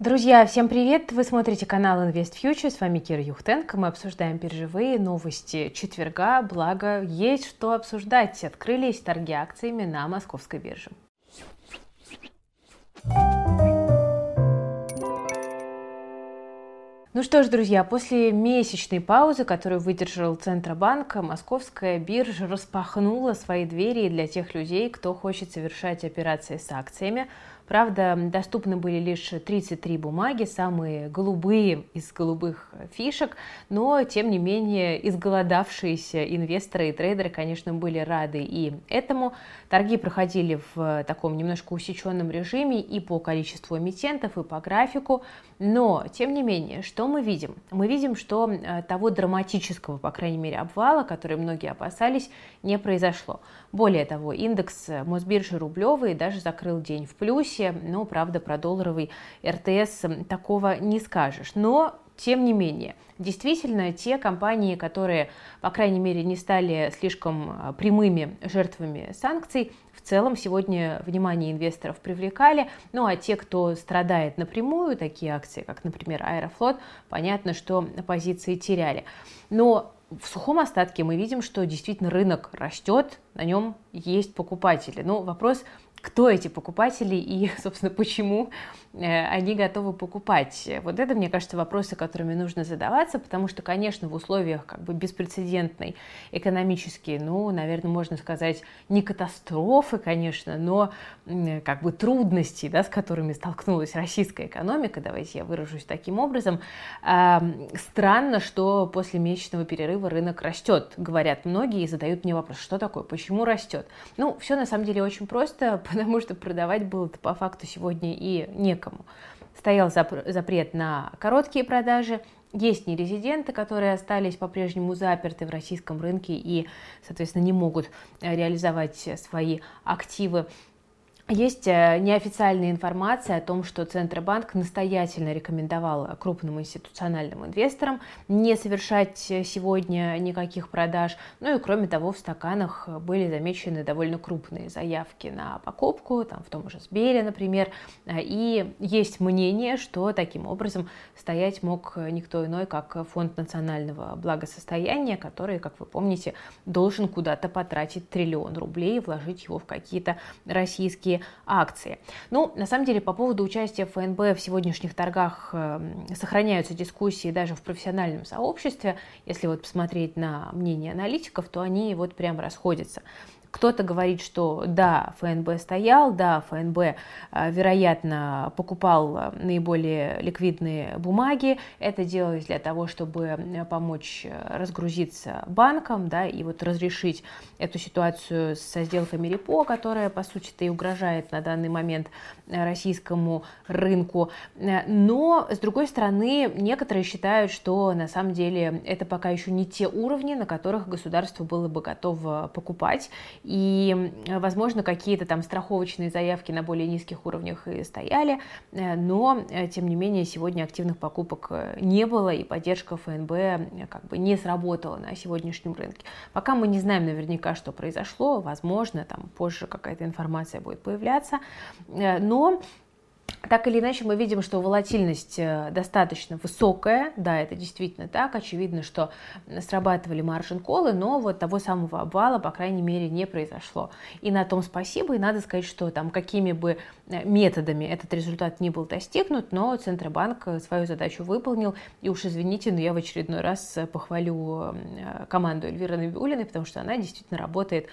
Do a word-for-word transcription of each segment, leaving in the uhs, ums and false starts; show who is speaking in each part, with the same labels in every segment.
Speaker 1: Друзья, всем привет! Вы смотрите канал Invest Future, с вами Кира Юхтенко. Мы обсуждаем биржевые новости четверга, благо есть что обсуждать. Открылись торги акциями на московской бирже. Ну что ж, друзья, после месячной паузы, которую выдержал Центробанк, московская биржа распахнула свои двери для тех людей, кто хочет совершать операции с акциями. Правда, доступны были лишь тридцать три бумаги, самые голубые из голубых фишек, но, тем не менее, изголодавшиеся инвесторы и трейдеры, конечно, были рады и этому. Торги проходили в таком немножко усеченном режиме и по количеству эмитентов, и по графику, но, тем не менее, что мы видим? Мы видим, что того драматического, по крайней мере, обвала, который многие опасались, не произошло. Более того, индекс Мосбиржи рублевый даже закрыл день в плюсе, но, правда, про долларовый эр тэ эс такого не скажешь. Но, тем не менее, действительно, те компании, которые, по крайней мере, не стали слишком прямыми жертвами санкций, в целом сегодня внимание инвесторов привлекали. Ну а те, кто страдает напрямую, такие акции, как, например, Аэрофлот, понятно, что позиции теряли. Но в сухом остатке мы видим, что действительно рынок растет, на нем есть покупатели. Но вопрос, кто эти покупатели и, собственно, почему они готовы покупать. Вот это, мне кажется, вопросы, которыми нужно задаваться, потому что, конечно, в условиях как бы беспрецедентной экономической, ну, наверное, можно сказать, не катастрофы, конечно, но как бы трудностей, да, с которыми столкнулась российская экономика, давайте я выражусь таким образом, странно, что после месячного перерыва рынок растет, говорят многие, и задают мне вопрос, что такое, почему растет? Ну, все на самом деле очень просто, потому что продавать было по факту сегодня и некому. Стоял запрет на короткие продажи, есть нерезиденты, которые остались по-прежнему заперты в российском рынке и, соответственно, не могут реализовать свои активы. Есть неофициальная информация о том, что Центробанк настоятельно рекомендовал крупным институциональным инвесторам не совершать сегодня никаких продаж. Ну и кроме того, в стаканах были замечены довольно крупные заявки на покупку, там, в том же Сбере, например. И есть мнение, что таким образом стоять мог никто иной, как Фонд национального благосостояния, который, как вы помните, должен куда-то потратить триллион рублей и вложить его в какие-то российские акции. Ну, на самом деле, по поводу участия эф эн бэ в сегодняшних торгах э, сохраняются дискуссии даже в профессиональном сообществе. Если вот посмотреть на мнение аналитиков, то они вот прям расходятся. Кто-то говорит, что да, эф эн бэ стоял, да, эф эн бэ, вероятно, покупал наиболее ликвидные бумаги. Это делалось для того, чтобы помочь разгрузиться банкам, да, и вот разрешить эту ситуацию со сделками репо, которая, по сути-то, и угрожает на данный момент российскому рынку. Но, с другой стороны, некоторые считают, что на самом деле это пока еще не те уровни, на которых государство было бы готово покупать. И, возможно, какие-то там страховочные заявки на более низких уровнях и стояли, но, тем не менее, сегодня активных покупок не было, и поддержка эф эн бэ как бы не сработала на сегодняшнем рынке. Пока мы не знаем наверняка, что произошло, возможно, там позже какая-то информация будет появляться, но так или иначе, мы видим, что волатильность достаточно высокая, да, это действительно так, очевидно, что срабатывали маржин-коллы, но вот того самого обвала, по крайней мере, не произошло. И на том спасибо, и надо сказать, что там какими бы методами этот результат не был достигнут, но Центробанк свою задачу выполнил, и уж извините, но я в очередной раз похвалю команду Эльвиры Набиуллиной, потому что она действительно работает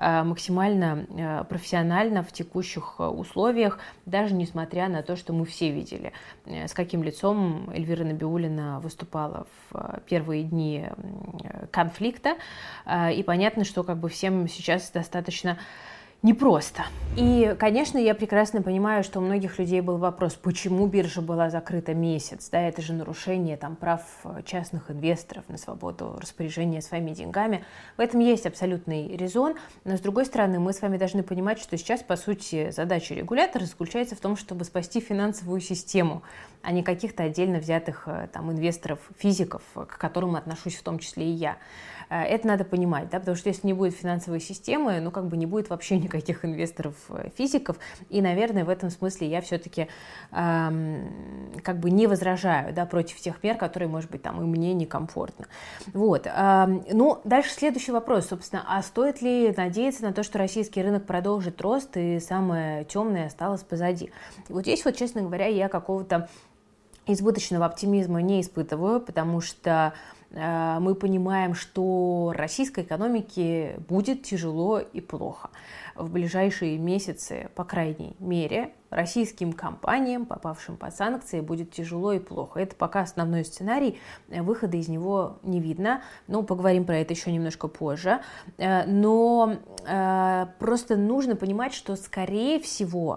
Speaker 1: максимально профессионально в текущих условиях, даже несмотря на то, что мы все видели, с каким лицом Эльвира Набиуллина выступала в первые дни конфликта. И понятно, что как бы всем сейчас достаточно непросто. И, конечно, я прекрасно понимаю, что у многих людей был вопрос, почему биржа была закрыта месяц, да, это же нарушение там прав частных инвесторов на свободу распоряжения своими деньгами. В этом есть абсолютный резон, но, с другой стороны, мы с вами должны понимать, что сейчас, по сути, задача регулятора заключается в том, чтобы спасти финансовую систему, а не каких-то отдельно взятых там инвесторов-физиков, к которым отношусь в том числе и я. Это надо понимать, да, потому что если не будет финансовой системы, ну, как бы не будет вообще никаких инвесторов-физиков, и, наверное, в этом смысле я все-таки эм, как бы не возражаю, да, против тех мер, которые, может быть, там и мне некомфортно. Вот. Ну, дальше следующий вопрос, собственно, а стоит ли надеяться на то, что российский рынок продолжит рост и самое темное осталось позади? И вот здесь вот, честно говоря, я какого-то избыточного оптимизма не испытываю, потому что э, мы понимаем, что российской экономике будет тяжело и плохо. В ближайшие месяцы, по крайней мере, российским компаниям, попавшим под санкции, будет тяжело и плохо. Это пока основной сценарий, выхода из него не видно. Ну, поговорим про это еще немножко позже. Но э, просто нужно понимать, что, скорее всего,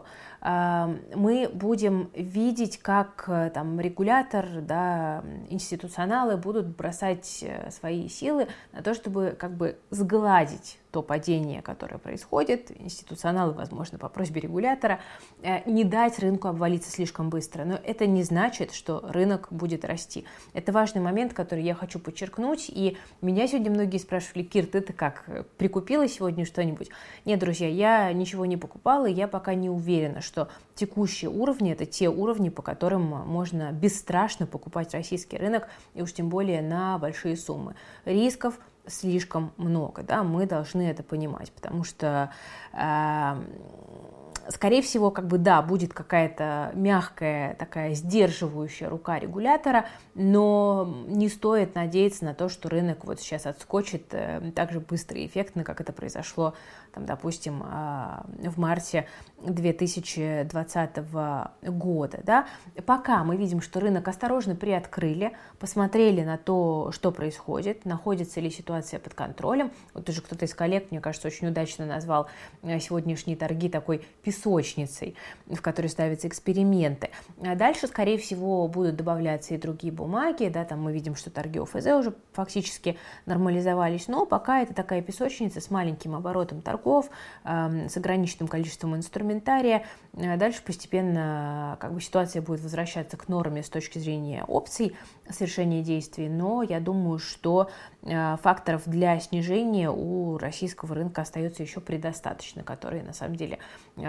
Speaker 1: мы будем видеть, как там регулятор, да, институционалы будут бросать свои силы на то, чтобы как бы сгладить то падение, которое происходит. Институционалы, возможно, по просьбе регулятора, не дать рынку обвалиться слишком быстро. Но это не значит, что рынок будет расти. Это важный момент, который я хочу подчеркнуть. И меня сегодня многие спрашивали: Кир, ты-то как, прикупила сегодня что-нибудь? Нет, друзья, я ничего не покупала, и я пока не уверена, что текущие уровни – это те уровни, по которым можно бесстрашно покупать российский рынок, и уж тем более на большие суммы. Рисков слишком много, да, мы должны это понимать, потому что, э, скорее всего, как бы, да, будет какая-то мягкая, такая сдерживающая рука регулятора, но не стоит надеяться на то, что рынок вот сейчас отскочит э, так же быстро и эффектно, как это произошло, там, допустим, э, в марте две тысячи двадцатого года, да. Пока мы видим, что рынок осторожно приоткрыли, посмотрели на то, что происходит, находится ли ситуация под контролем. Вот уже кто-то из коллег, мне кажется, очень удачно назвал сегодняшние торги такой песочницей, в которой ставятся эксперименты. А дальше, скорее всего, будут добавляться и другие бумаги, да, там мы видим, что торги ОФЗ уже фактически нормализовались, но пока это такая песочница с маленьким оборотом торгов, э, с ограниченным количеством инструментов. Дальше постепенно как бы ситуация будет возвращаться к норме с точки зрения опций совершения действий, но я думаю, что факторов для снижения у российского рынка остается еще предостаточно, которые на самом деле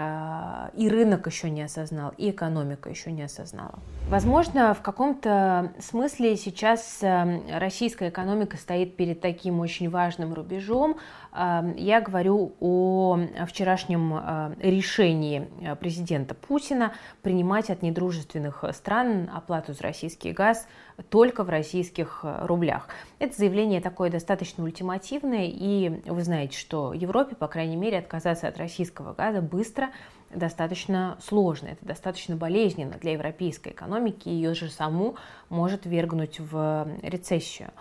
Speaker 1: и рынок еще не осознал, и экономика еще не осознала. Возможно, в каком-то смысле сейчас российская экономика стоит перед таким очень важным рубежом. Я говорю о вчерашнем решении президента Путина принимать от недружественных стран оплату за российский газ только в российских рублях. Это заявление такое достаточно ультимативное, и вы знаете, что Европе, по крайней мере, отказаться от российского газа быстро достаточно сложно, это достаточно болезненно для европейской экономики, ее же саму может ввергнуть в рецессию.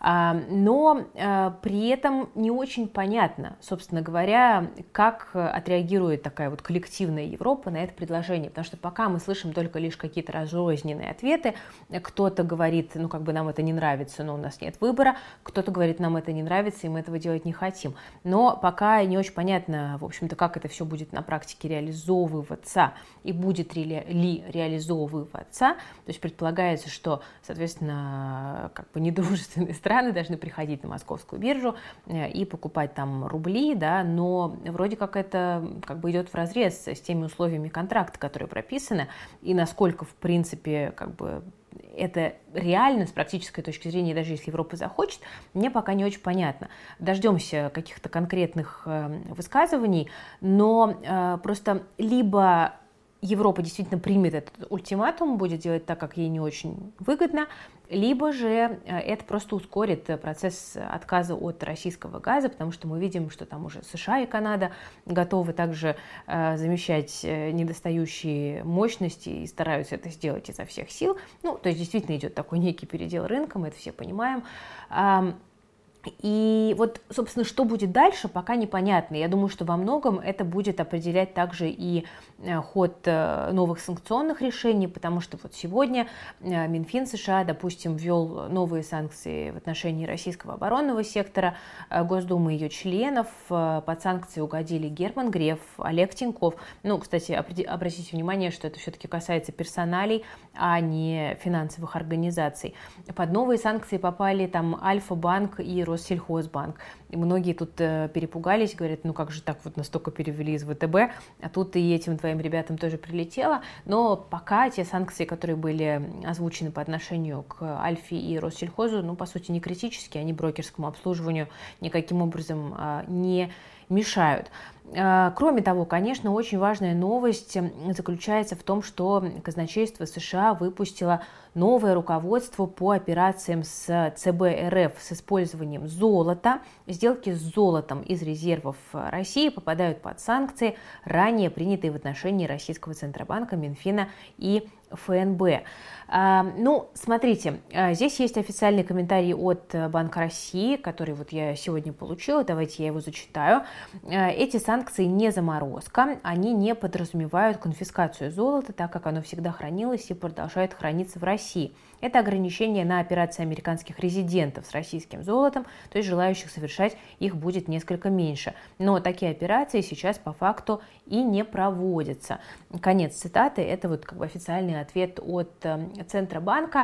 Speaker 1: Но при этом не очень понятно, собственно говоря, как отреагирует такая вот коллективная Европа на это предложение, потому что пока мы слышим только лишь какие-то разрозненные ответы, кто-то говорит, ну как бы нам это не нравится, но у нас нет выбора, кто-то говорит, нам это не нравится, и мы этого делать не хотим. Но пока не очень понятно, в общем-то, как это все будет на практике реализовываться и будет ли, ли реализовываться. То есть предполагается, что, соответственно, как бы недружественные страны должны приходить на московскую биржу и покупать там рубли, да, но вроде как это как бы идет вразрез с теми условиями контракта, которые прописаны, и насколько, в принципе, как бы это реально с практической точки зрения, даже если Европа захочет, мне пока не очень понятно. Дождемся каких-то конкретных высказываний, но просто либо Европа действительно примет этот ультиматум, будет делать так, как ей не очень выгодно, либо же это просто ускорит процесс отказа от российского газа, потому что мы видим, что там уже США и Канада готовы также замещать недостающие мощности и стараются это сделать изо всех сил. Ну, то есть действительно идет такой некий передел рынка, мы это все понимаем. И вот, собственно, что будет дальше, пока непонятно. Я думаю, что во многом это будет определять также и ход новых санкционных решений, потому что вот сегодня Минфин США, допустим, ввел новые санкции в отношении российского оборонного сектора, Госдума и ее членов. Под санкции угодили Герман Греф, Олег Тиньков. Ну, кстати, обратите внимание, что это все-таки касается персоналей, а не финансовых организаций. Под новые санкции попали там Альфа-банк и Росбанк. Россельхозбанк. И многие тут перепугались, говорят, ну как же так вот настолько перевели из ВТБ, а тут и этим твоим ребятам тоже прилетело. Но пока те санкции, которые были озвучены по отношению к Альфе и Россельхозу, ну по сути не критические, они брокерскому обслуживанию никаким образом не мешают. Кроме того, конечно, очень важная новость заключается в том, что казначейство США выпустило новое руководство по операциям с ЦБ РФ с использованием золота. Сделки с золотом из резервов России попадают под санкции, ранее принятые в отношении Российского Центробанка, Минфина и ФНБ. Ну, смотрите, здесь есть официальный комментарий от Банка России, который вот я сегодня получила, давайте я его зачитаю. Эти санкции не заморозка, они не подразумевают конфискацию золота, так как оно всегда хранилось и продолжает храниться в России. Это ограничение на операции американских резидентов с российским золотом, то есть желающих совершать их будет несколько меньше. Но такие операции сейчас по факту и не проводятся. Конец цитаты, это вот как бы официальный ответ от Центробанка.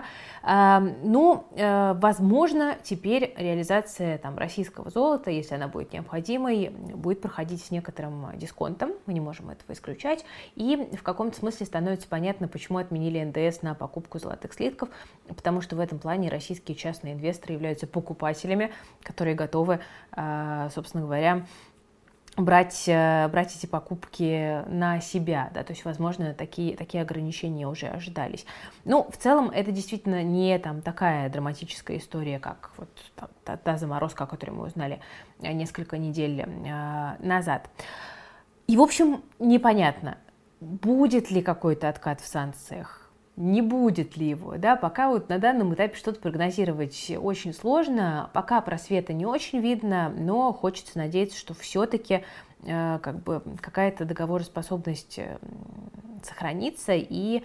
Speaker 1: Ну, возможно, теперь реализация там российского золота, если она будет необходимой, будет проходить с некоторым дисконтом, мы не можем этого исключать, и в каком-то смысле становится понятно, почему отменили эн дэ эс на покупку золотых слитков, потому что в этом плане российские частные инвесторы являются покупателями, которые готовы, собственно говоря, брать, брать эти покупки на себя, да, то есть, возможно, такие, такие ограничения уже ожидались. Ну, в целом, это действительно не там такая драматическая история, как вот там, та, та заморозка, о которой мы узнали несколько недель э, назад. И, в общем, непонятно, будет ли какой-то откат в санкциях, не будет ли его, да, пока вот на данном этапе что-то прогнозировать очень сложно, пока просвета не очень видно, но хочется надеяться, что все-таки э, как бы какая-то договороспособность э, сохранится, и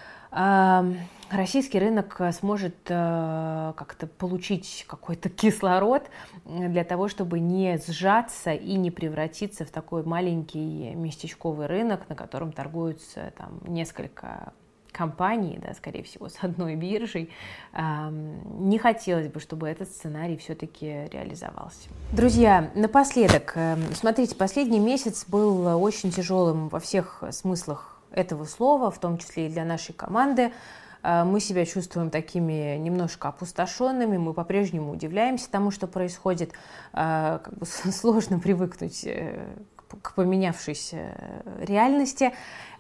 Speaker 1: э, российский рынок сможет э, как-то получить какой-то кислород для того, чтобы не сжаться и не превратиться в такой маленький местечковый рынок, на котором торгуются там несколько компании, да, скорее всего, с одной биржей. Не хотелось бы, чтобы этот сценарий все-таки реализовался. Друзья, напоследок, смотрите, последний месяц был очень тяжелым во всех смыслах этого слова, в том числе и для нашей команды. Мы себя чувствуем такими немножко опустошенными, мы по-прежнему удивляемся тому, что происходит. Как бы сложно привыкнуть к поменявшейся реальности.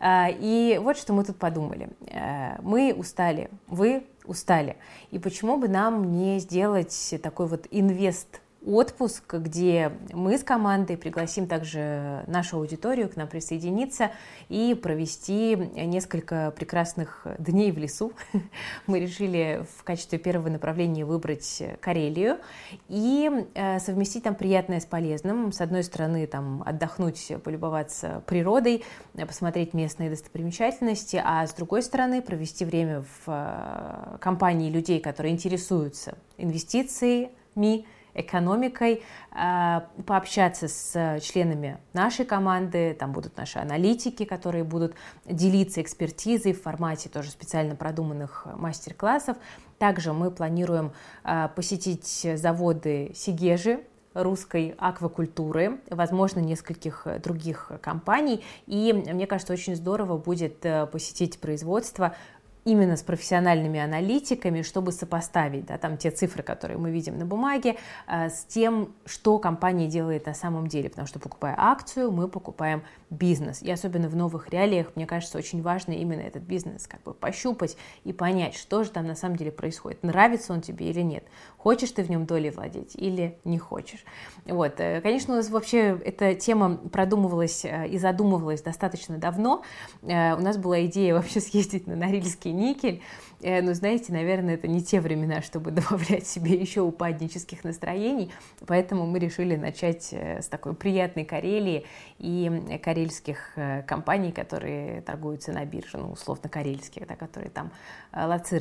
Speaker 1: И вот что мы тут подумали. Мы устали, вы устали. И почему бы нам не сделать такой вот инвест отпуск, где мы с командой пригласим также нашу аудиторию к нам присоединиться и провести несколько прекрасных дней в лесу. Мы решили в качестве первого направления выбрать Карелию и совместить там приятное с полезным. С одной стороны, там отдохнуть, полюбоваться природой, посмотреть местные достопримечательности, а с другой стороны, провести время в компании людей, которые интересуются инвестициями, экономикой, пообщаться с членами нашей команды, там будут наши аналитики, которые будут делиться экспертизой в формате тоже специально продуманных мастер-классов. Также мы планируем посетить заводы Сигежи, русской аквакультуры, возможно, нескольких других компаний. И мне кажется, очень здорово будет посетить производство именно с профессиональными аналитиками, чтобы сопоставить, да, там те цифры, которые мы видим на бумаге, э, с тем, что компания делает на самом деле, потому что, покупая акцию, мы покупаем бизнес. И особенно в новых реалиях, мне кажется, очень важно именно этот бизнес как бы пощупать и понять, что же там на самом деле происходит, нравится он тебе или нет, хочешь ты в нем долей владеть или не хочешь. Вот. Конечно, у нас вообще эта тема продумывалась и задумывалась достаточно давно. У нас была идея вообще съездить на Норильский никель, но, знаете, наверное, это не те времена, чтобы добавлять себе еще упаднических настроений, поэтому мы решили начать с такой приятной Карелии и карельских компаний, которые торгуются на бирже, ну, условно карельских, да, которые там лоцированы.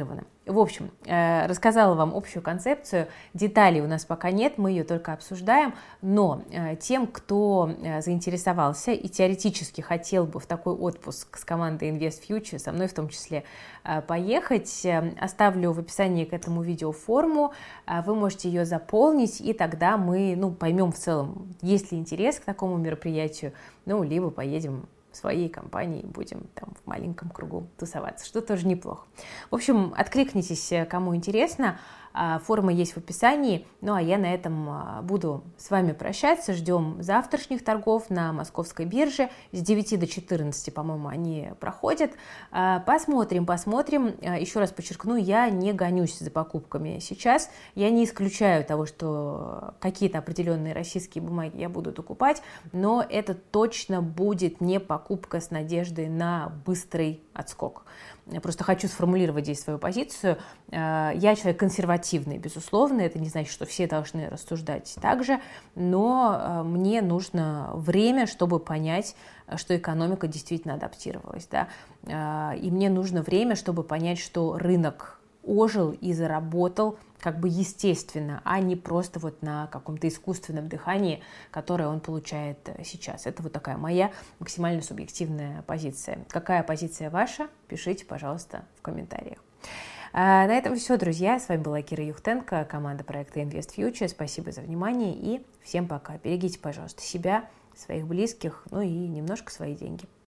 Speaker 1: В общем, рассказала вам общую концепцию, деталей у нас пока нет, мы ее только обсуждаем, но тем, кто заинтересовался и теоретически хотел бы в такой отпуск с командой Invest Future, со мной в том числе, поехать, оставлю в описании к этому видео форму, вы можете ее заполнить, и тогда мы ну, поймем в целом, есть ли интерес к такому мероприятию, ну, либо поедем в своей компании, будем там в маленьком кругу тусоваться, что тоже неплохо. В общем, откликнитесь, кому интересно, форма есть в описании, ну а я на этом буду с вами прощаться, ждем завтрашних торгов на московской бирже, с девяти до четырнадцати, по-моему, они проходят, посмотрим, посмотрим, еще раз подчеркну, я не гонюсь за покупками сейчас, я не исключаю того, что какие-то определенные российские бумаги я буду докупать, но это точно будет не покупка с надеждой на быстрый отскок. Я просто хочу сформулировать здесь свою позицию. Я человек консервативный, безусловно, это не значит, что все должны рассуждать так же, но мне нужно время, чтобы понять, что экономика действительно адаптировалась, да? И мне нужно время, чтобы понять, что рынок ожил и заработал как бы естественно, а не просто вот на каком-то искусственном дыхании, которое он получает сейчас. Это вот такая моя максимально субъективная позиция. Какая позиция ваша? Пишите, пожалуйста, в комментариях. На этом все, друзья. С вами была Кира Юхтенко, команда проекта Invest Future. Спасибо за внимание и всем пока. Берегите, пожалуйста, себя, своих близких, ну и немножко свои деньги.